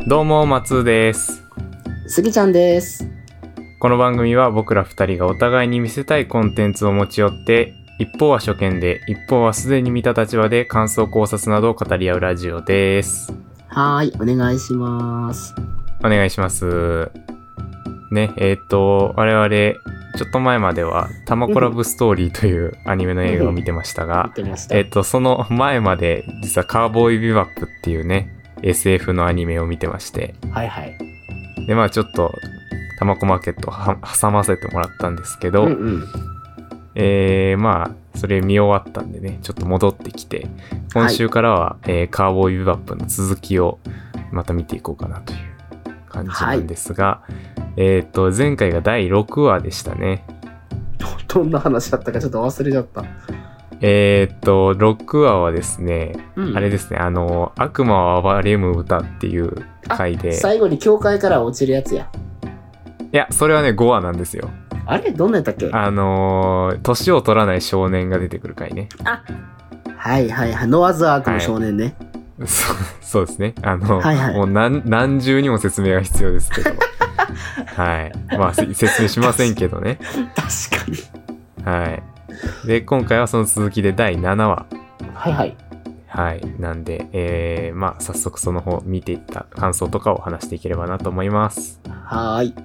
どうも松です。 スギちゃんです。 この番組は僕ら2人がお互いに見せたいコンテンツを持ち寄って、一方は初見で一方はすでに見た立場で感想考察などを語り合うラジオです。 はーい、お願いします。 お願いします。ね、我々ちょっと前まではタマコラブストーリーというアニメの映画を見てましたが、その前まで実はカーボーイビバップっていうね SF のアニメを見てまして、 はいはい。 でちょっとタマコマーケットを挟ませてもらったんですけど、それ見終わったんでね、ちょっと戻ってきて、今週からは、カーボーイビバップの続きをまた見ていこうかなという感じなんですが、前回が第6話でしたね。 どんな話だったかちょっと忘れちゃった。 6話はですね、あれですね、悪魔を暴れむ歌っていう回で。 最後に教会から落ちるやつや。 いや、それはね、5話なんですよ。 あれどんなやったっけ？ 年を取らない少年が出てくる回ね。 はいはいはい。ノアズアークの少年ね。 はい、そうですね。 はいはい、 もう何重にも説明が必要ですけど。はい。説明しませんけどね。 確かに。 はい。で、今回はその続きで第7話。 はいはい。 はい。なんで、早速その方見ていった感想とかを話していければなと思います。 はーい。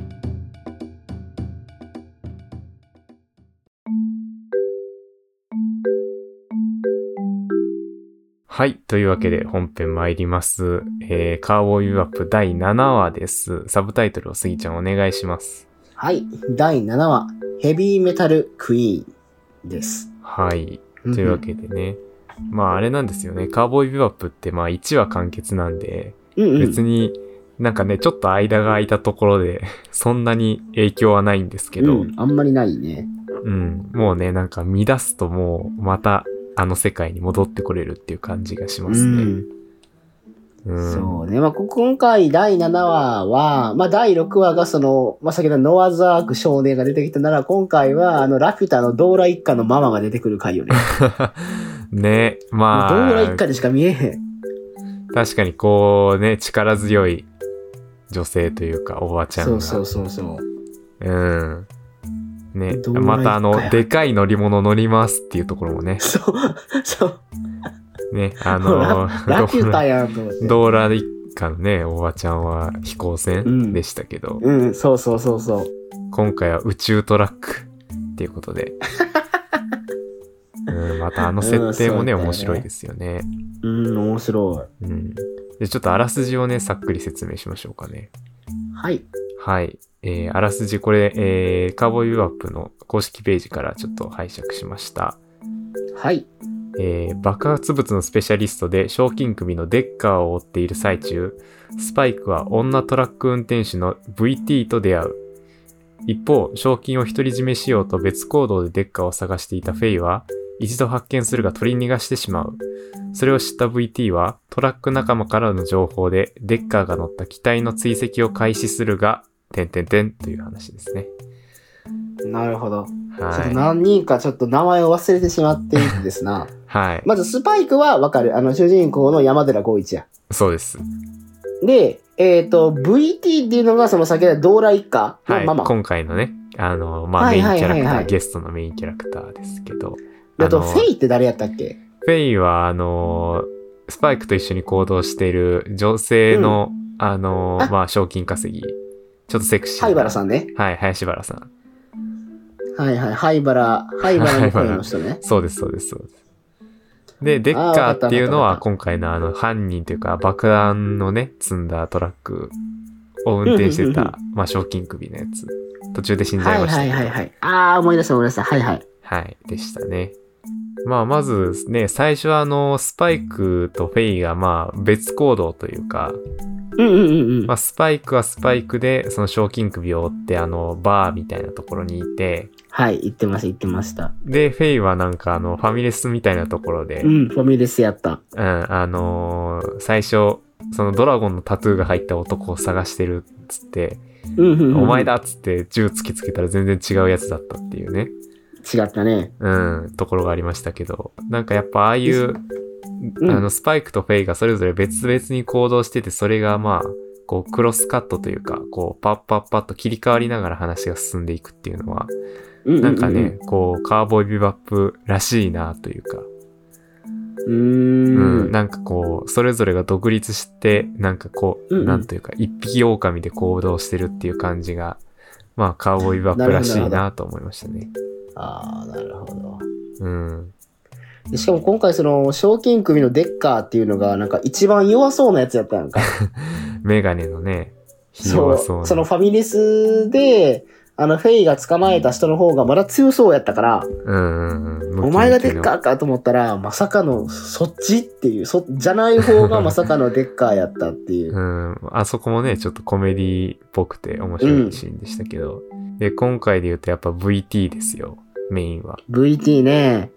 はい。というわけで本編参ります。カーボーイビバップ第7話です。サブタイトルをスギちゃんお願いします。 はい。第7話、ヘビーメタルクイーンです。 はい。というわけでね。あれなんですよね。カーボーイビバップって1話完結なんで、別になんかね、ちょっと間が空いたところで、そんなに影響はないんですけど。 あんまりないね。 もうね、なんか見出すともうまたあの世界に戻ってこれるっていう感じがしますね。 そうね。今回第7話は、第6話が先ほどノアザーク少年が出てきたなら、今回はラピュタのドーラ一家のママが出てくる回よね。 ね、ドーラ一家でしか見えへん。 確かにこうね、力強い女性というか、おばちゃんが。 そう。 ね、またでかい乗り物乗りますっていうところもね。 そう。 ね、 ラピュタやんと思って。 ドーラ一家のね、おばちゃんは飛行船でしたけど。 そう。 今回は宇宙トラックっていうことで。また設定もね、面白いですよね。 面白い。 で、ちょっとあらすじをね、さっくり説明しましょうかね。 はい。 はい。あらすじこれ、カーボーイビバップの公式ページからちょっと拝借しました。 はい。 爆発物のスペシャリストで賞金首のデッカーを追っている最中、スパイクは女トラック運転手の VT と出会う。一方、賞金を独り占めしようと別行動でデッカーを探していたフェイは、一度発見するが取り逃がしてしまう。それを知った VT は、トラック仲間からの情報で、デッカーが乗った機体の追跡を開始するが、という話ですね。 なるほど。 はい。 ちょっと何人かちょっと名前を忘れてしまっているんですな。 はい。 まずスパイクはわかる。主人公の山寺宏一や。 そうです。 で、VT っていうのが先ほどドーラ一家のママ。 今回のね、メインキャラクター、ゲストのメインキャラクターですけど。 フェイって誰やったっけ？ フェイは、スパイクと一緒に行動している女性の、賞金稼ぎ。ちょっとセクシー。 灰原さんね。 はい、林原さん。 はい。灰原の声の人ね。 そうです。で、デッカーっていうのは今回の犯人というか爆弾のね、積んだトラックを運転してた、賞金首のやつ。途中で死んじゃいましたけど。 はい。思い出した。はい。 はい、でしたね。まずね、最初はスパイクとフェイが別行動というか、スパイクはスパイクで、その賞金首を追ってバーみたいなところにいて。 はい、行ってました。 で、フェイはなんかファミレスみたいなところで。 ファミレスやった。 最初、そのドラゴンのタトゥーが入った男を探してるっつって、お前だっつって銃突きつけたら全然違うやつだったっていうね。 違ったね。 ところがありましたけど、なんかやっぱああいうスパイクとフェイがそれぞれ別々に行動してて、それがまあ、こう、クロスカットというか、こう、パッパッパッと切り替わりながら話が進んでいくっていうのは、なんかね、こう、カーボーイビバップらしいなというか、なんかこう、それぞれが独立して、なんかこう、なんというか、一匹狼で行動してるっていう感じが、まあ、カーボーイビバップらしいなと思いましたね。 ああ、なるほど。 でしかも今回その、賞金首のデッカーっていうのが、なんか一番弱そうなやつやったやんか。 メガネのね、弱そうな。 そのファミレスで、フェイが捕まえた人の方がまだ強そうやったから、お前がデッカーかと思ったら、まさかの、そっちっていう、じゃない方がまさかのデッカーやったっていう。 あそこもね、ちょっとコメディっぽくて面白いシーンでしたけど。で、今回で言うとやっぱ VT ですよ、メインは。 VT ね。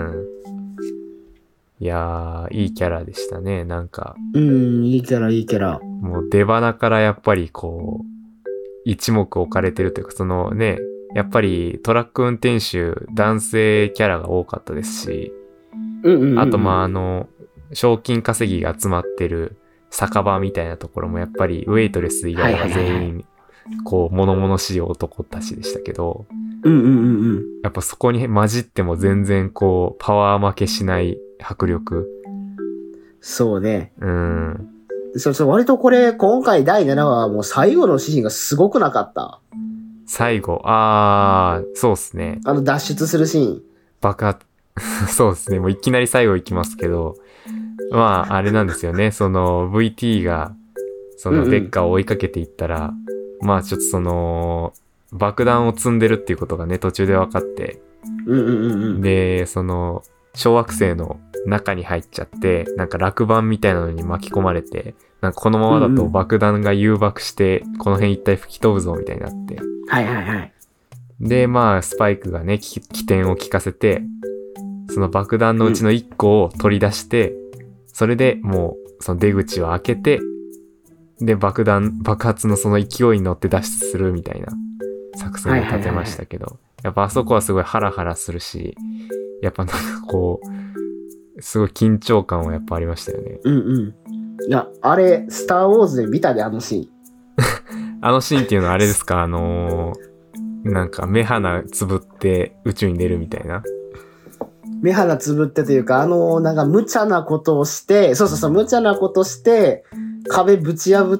いやー、いいキャラでしたね、なんか。 いいキャラ、いいキャラ。 もう出花からやっぱりこう、一目置かれてるというか、そのね、やっぱりトラック運転手、男性キャラが多かったですし、あとまあ賞金稼ぎが集まってる酒場みたいなところもやっぱりウェイトレス以外は全員、こう、物々しい男たちでしたけど、やっぱそこに混じっても全然こう、パワー負けしない迫力。 そうね。割とこれ、今回第7話はもう最後のシーンがすごくなかった。 最後、そうっすね。 脱出するシーン。 爆発、そうですね。もういきなり最後行きますけど、まあ、あれなんですよね。その VT が、そのデッカーを追いかけていったら、まあちょっとその、爆弾を積んでるっていうことがね、途中で分かって、で、その、小惑星の中に入っちゃって、なんか落盤みたいなのに巻き込まれて、なんかこのままだと爆弾が誘爆して、この辺一体吹き飛ぶぞみたいになって。で、まあ、スパイクがね、起点を聞かせて、その爆弾のうちの1個を取り出して、それでもう、その出口を開けて、で、爆発のその勢いに乗って脱出するみたいな作戦を立てましたけど、やっぱあそこはすごいハラハラするし、やっぱなんかこう、すごい緊張感はやっぱありましたよね。 いや、あれ、スターウォーズで見たで、あのシーン。 あのシーンっていうのはあれですか？なんか目鼻つぶって宇宙に出るみたいな。 目鼻つぶってというか、なんか無茶なことをして、無茶なことして、壁ぶち破って、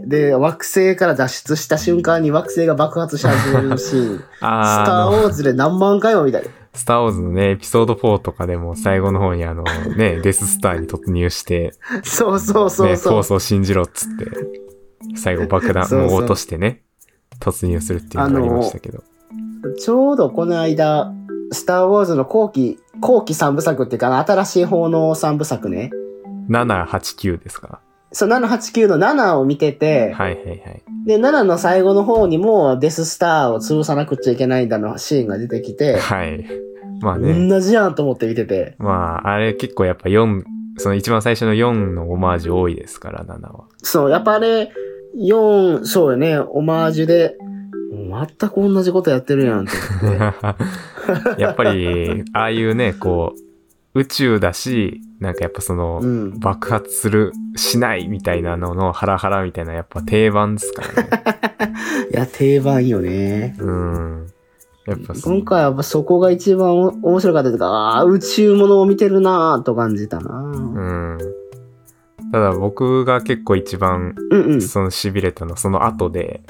で、惑星から脱出した瞬間に惑星が爆発し始めるシーン。スターウォーズで何万回も見たで。 スターウォーズのね、エピソード4とかでも最後の方にね、デススターに突入して、ね、フォースを信じろっつって、最後爆弾も落としてね、突入するっていうのがありましたけど。 ちょうどこの間、スターウォーズの後期3部作っていうか、新しい方の3部作ね。 7、8、9ですか？ そう、7、8、9の7を見てて、で、7の最後の方にもデススターを潰さなくちゃいけないんだのシーンが出てきて、まあね。同じやんと思って見てて。 まあ、あれ結構やっぱ4、その一番最初の4のオマージュ多いですから、7は。 そう、やっぱあれ、4、そうよね、オマージュで、全く同じことやってるやんって思って。 やっぱり、ああいうね、こう、宇宙だし、なんかやっぱその、爆発しないみたいなののハラハラみたいなやっぱ定番ですからね。 いや、定番よね。 やっぱ今回はやっぱそこが一番面白かったというか、宇宙ものを見てるなぁと感じたな。 ただ僕が結構一番、その痺れたのその後で、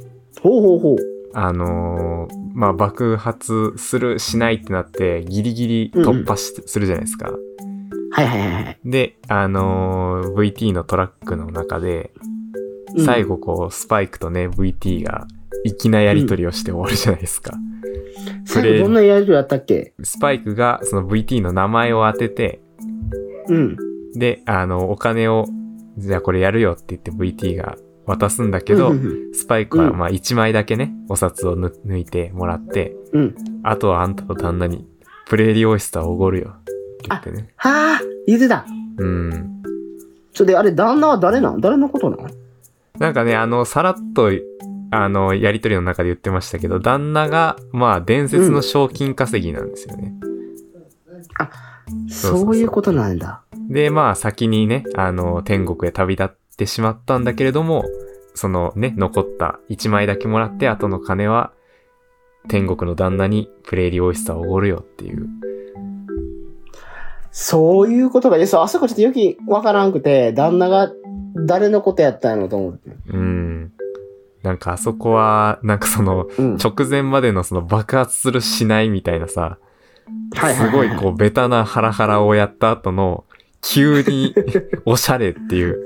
まあ、爆発しないってなって、ギリギリ突破するじゃないですか。で、VT のトラックの中で、最後こう、スパイクとね、VT が、粋なやりとりをして終わるじゃないですか。 どんなやりとりあったっけ？ スパイクが、その VT の名前を当てて、で、お金を、じゃあこれやるよって言って VT が渡すんだけど、スパイクはまあ1枚だけね、お札を抜いてもらって、あとはあんたと旦那にプレーリーオイスターをおごるよって言ってね。 言ってた。で、あれ旦那は誰のことなの？ なんかね、さらっと、やりとりの中で言ってましたけど、旦那が、まあ、伝説の賞金稼ぎなんですよね。 そういうことなんだ。 で、まあ先にね、天国へ旅立ってしまったんだけれども、そのね、残った1枚だけもらって、後の金は天国の旦那にプレーリーオイスターをおごるよっていう。 そういうことが、そう、あそこちょっとよくわからんくて、旦那が誰のことやったんやろと思って。 なんかあそこは、なんかその、直前までのその爆発するしないみたいなさ、すごいこうベタなハラハラをやった後の、急におしゃれっていう。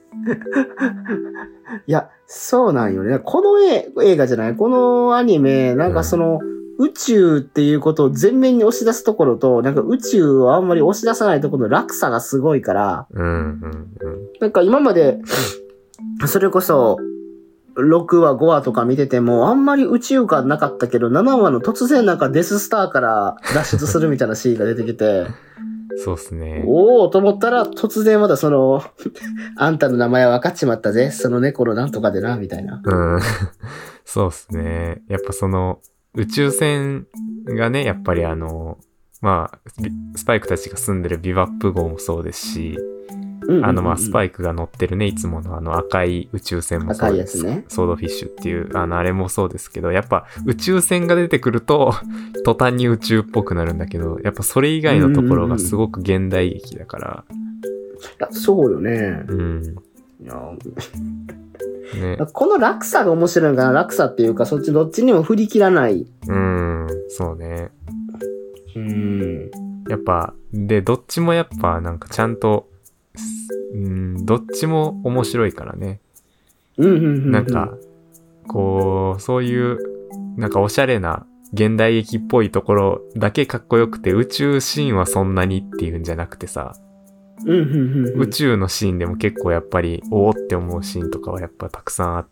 いや、そうなんよね。この映画じゃないこのアニメ、なんかその、宇宙っていうことを全面に押し出すところと、なんか宇宙をあんまり押し出さないところの落差がすごいから、なんか今まで、それこそ、6話、5話とか見てても、あんまり宇宙感なかったけど、7話の突然なんかデススターから脱出するみたいなシーンが出てきて、 そうっすね。 おーと思ったら、突然まだその、あんたの名前は分かっちまったぜ、その猫のなんとかでな、みたいな。 そうっすね。やっぱその、宇宙船がね、やっぱりまあ、スパイクたちが住んでるビバップ号もそうですし、まあ、スパイクが乗ってるね、いつもの赤い宇宙船もそうです。 赤いやつね。 ソードフィッシュっていう、あれもそうですけど、やっぱ宇宙船が出てくると、途端に宇宙っぽくなるんだけど、やっぱそれ以外のところがすごく現代劇だから。 いや、そうよね。いやね、この落差が面白いのかな。落差っていうか、そっちどっちにも振り切らない。 そうね。やっぱ、で、どっちもやっぱなんかちゃんと、どっちも面白いからね。なんか、こう、そういう、なんかおしゃれな現代劇っぽいところだけかっこよくて、宇宙シーンはそんなにっていうんじゃなくてさ、宇宙のシーンでも結構やっぱり、おーって思うシーンとかはやっぱたくさんあって、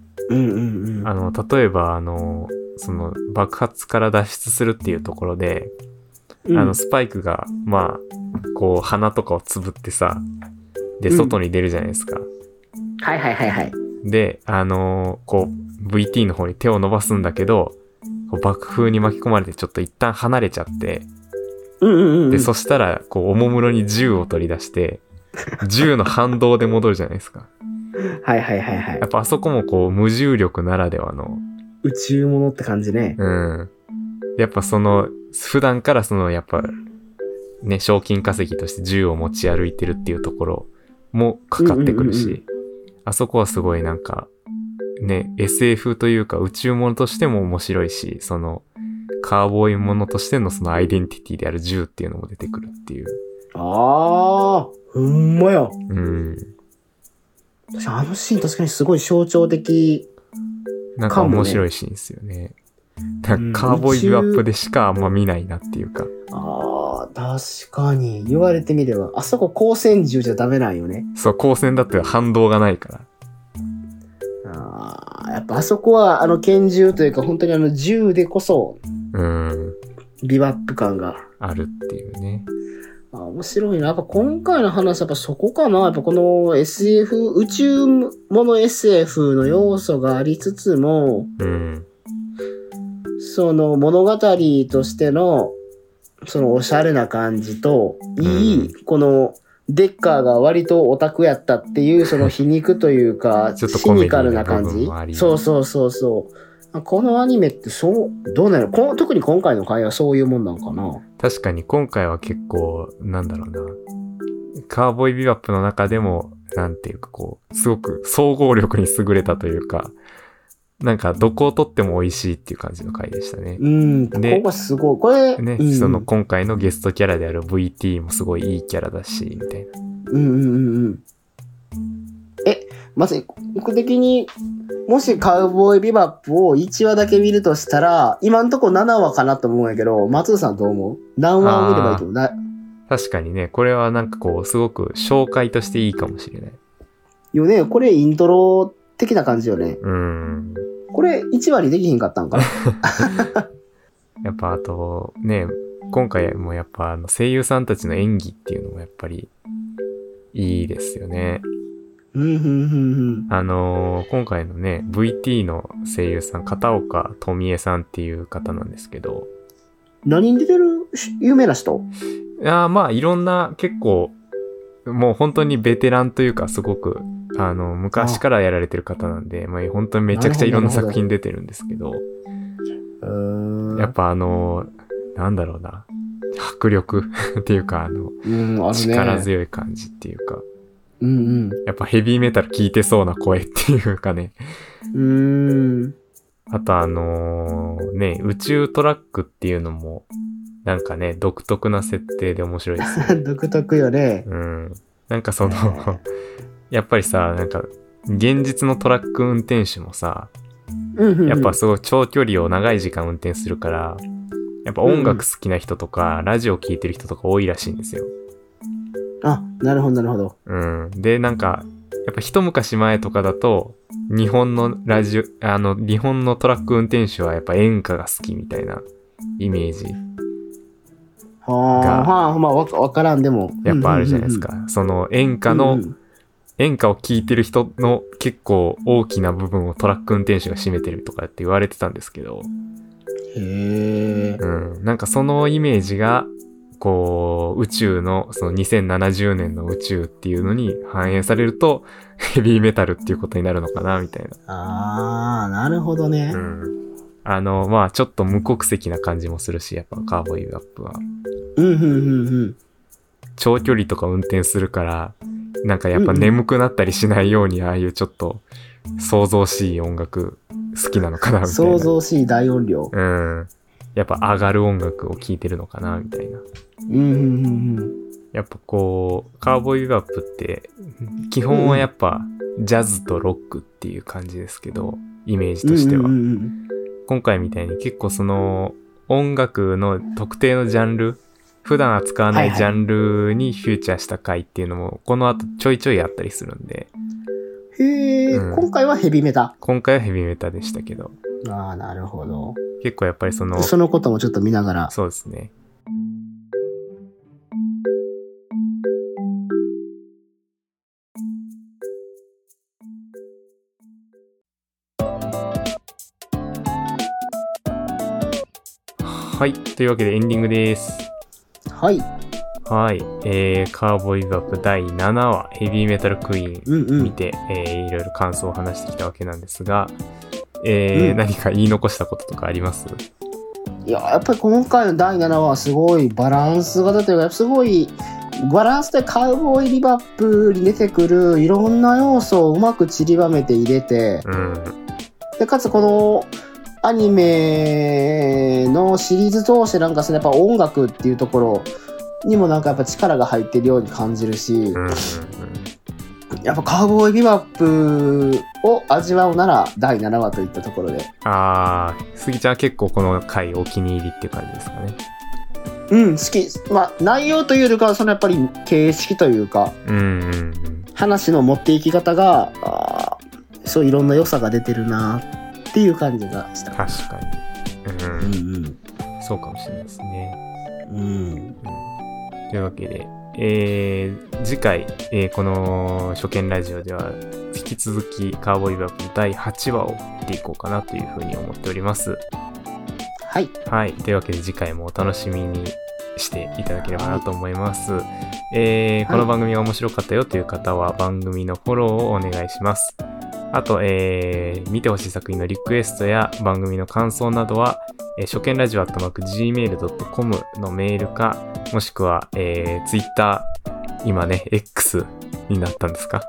例えばその爆発から脱出するっていうところで、スパイクが、まあ、こう、鼻とかをつぶってさ、で、外に出るじゃないですか。で、こう、VT の方に手を伸ばすんだけど、こう爆風に巻き込まれてちょっと一旦離れちゃって、で、そしたら、こう、おもむろに銃を取り出して、銃の反動で戻るじゃないですか。やっぱあそこもこう、無重力ならではの。 宇宙ものって感じね。 やっぱその、普段からその、やっぱ、ね、賞金稼ぎとして銃を持ち歩いてるっていうところもかかってくるし、あそこはすごいなんか、ね、SF というか宇宙ものとしても面白いし、その、カーボーイものとしてのそのアイデンティティである銃っていうのも出てくるっていう。 ほんまや。あのシーン確かにすごい象徴的、 なんか面白いシーンですよね。なんかカーボーイビバップでしかあんま見ないなっていうか。 確かに。言われてみれば。あそこ光線銃じゃダメなんよね。 そう、光線だって反動がないから。 やっぱあそこは拳銃というか本当に銃でこそ、ビバップ感が。 あるっていうね。 面白いな。やっぱ今回の話やっぱそこかな。やっぱこの SF、宇宙もの SF の要素がありつつも、その物語としての、そのおしゃれな感じと、この、デッカーが割とオタクやったっていう、その皮肉というか、シニカルな感じ。そう。このアニメってどうなの？特に今回の回はそういうもんなんかな？ 確かに今回は結構、なんだろうな。カーボーイビバップの中でも、なんていうかこう、すごく総合力に優れたというか、なんかどこをとっても美味しいっていう感じの回でしたね。 で、ここがすごい。これ、 ね、その今回のゲストキャラである VT もすごいいいキャラだし、みたいな。 まず、僕的に、もしカウボーイビバップを1話だけ見るとしたら、今んとこ7話かなと思うんやけど、松尾さんどう思う？何話を見ればいいと思う？ 確かにね、これはなんかこう、すごく紹介としていいかもしれない。 よね、これイントロ的な感じよね。これ1話にできひんかったんかなやっぱあと、ね、今回もやっぱ声優さんたちの演技っていうのもやっぱりいいですよね。今回のね、VT の声優さん、片岡富恵さんっていう方なんですけど。 何に出てる有名な人？ まあ、いろんな結構もう本当にベテランというか、すごく、昔からやられてる方なんで、まあ、本当にめちゃくちゃいろんな作品出てるんですけど、やっぱなんだろうな、迫力っていうか、力強い感じっていうか、やっぱヘビーメタル聴いてそうな声っていうかね。あとね、宇宙トラックっていうのも、なんかね、独特な設定で面白いですね。 独特よね。 なんかやっぱりさ、なんか、現実のトラック運転手もさ、やっぱすごい長距離を長い時間運転するから、やっぱ音楽好きな人とか、ラジオ聴いてる人とか多いらしいんですよ。 あ、なるほど、なるほど。 で、なんか、やっぱ一昔前とかだと、日本のトラック運転手はやっぱ演歌が好きみたいなイメージが、 まあ、わからんでも。 やっぱあるじゃないですか。その演歌を聴いてる人の結構大きな部分をトラック運転手が占めてるとかって言われてたんですけど、なんかそのイメージが、こう、宇宙の、その2070年の宇宙っていうのに反映されると、ヘビーメタルっていうことになるのかな、みたいな。 なるほどね。 まあちょっと無国籍な感じもするし、やっぱカーボーイビバップは。長距離とか運転するから、なんかやっぱ眠くなったりしないように、ああいうちょっと、想像しい音楽好きなのかな、みたいな。 想像しい大音量。 やっぱ上がる音楽を聴いてるのかな、みたいな。やっぱこう、カーボーイビバップって、基本はやっぱ、ジャズとロックっていう感じですけど、イメージとしては。今回みたいに結構その、音楽の特定のジャンル、普段扱わないジャンルにフューチャーした回っていうのも、この後ちょいちょいあったりするんで。 今回はヘビメタ。 今回はヘビメタでしたけど。 なるほど。 結構やっぱりそのこともちょっと見ながら。 そうですね。はい。というわけでエンディングです。 はい。 はい。カーボーイビバップ第7話、ヘビーメタルクイーン見て、いろいろ感想を話してきたわけなんですが、何か言い残したこととかあります？ いや、やっぱり今回の第7話はすごいバランス型というか、すごいバランスでカウボーイビバップに出てくるいろんな要素をうまく散りばめて入れて、でかつこのアニメのシリーズ通してなんかやっぱ音楽っていうところにもなんかやっぱ力が入ってるように感じるし、やっぱカウボーイビバップを味わうなら第7話といったところで。 スギちゃんは結構この回お気に入りっていう感じですかね。 好き。まあ内容というよりかはそのやっぱり形式というか、話の持っていき方がそういろんな良さが出てるなっていう感じがした。 確かに。そうかもしれないですね。というわけで、次回、この初見ラジオでは引き続きカーボーイビバップ第8話を見ていこうかなというふうに思っております。 はい。 はい。というわけで次回もお楽しみにしていただければなと思います。この番組が面白かったよという方は番組のフォローをお願いします。あと、見てほしい作品のリクエストや番組の感想などは、初見ラジオ@gmail.com のメールか、もしくは、Twitter、今ね、X になったんですか？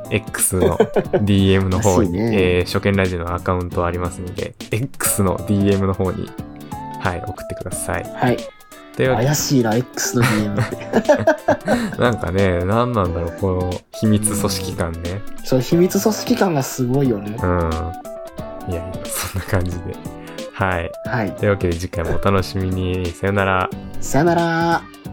X の DM の方に、初見ラジオのアカウントありますので、X の DM の方に、はい、送ってください。 はい。怪しいな、X の DM って。 なんかね、何なんだろう、この秘密組織感ね。 そう、秘密組織感がすごいよね。 いや、そんな感じで。はい。 はい。 というわけで次回もお楽しみに。さよなら。 さよなら。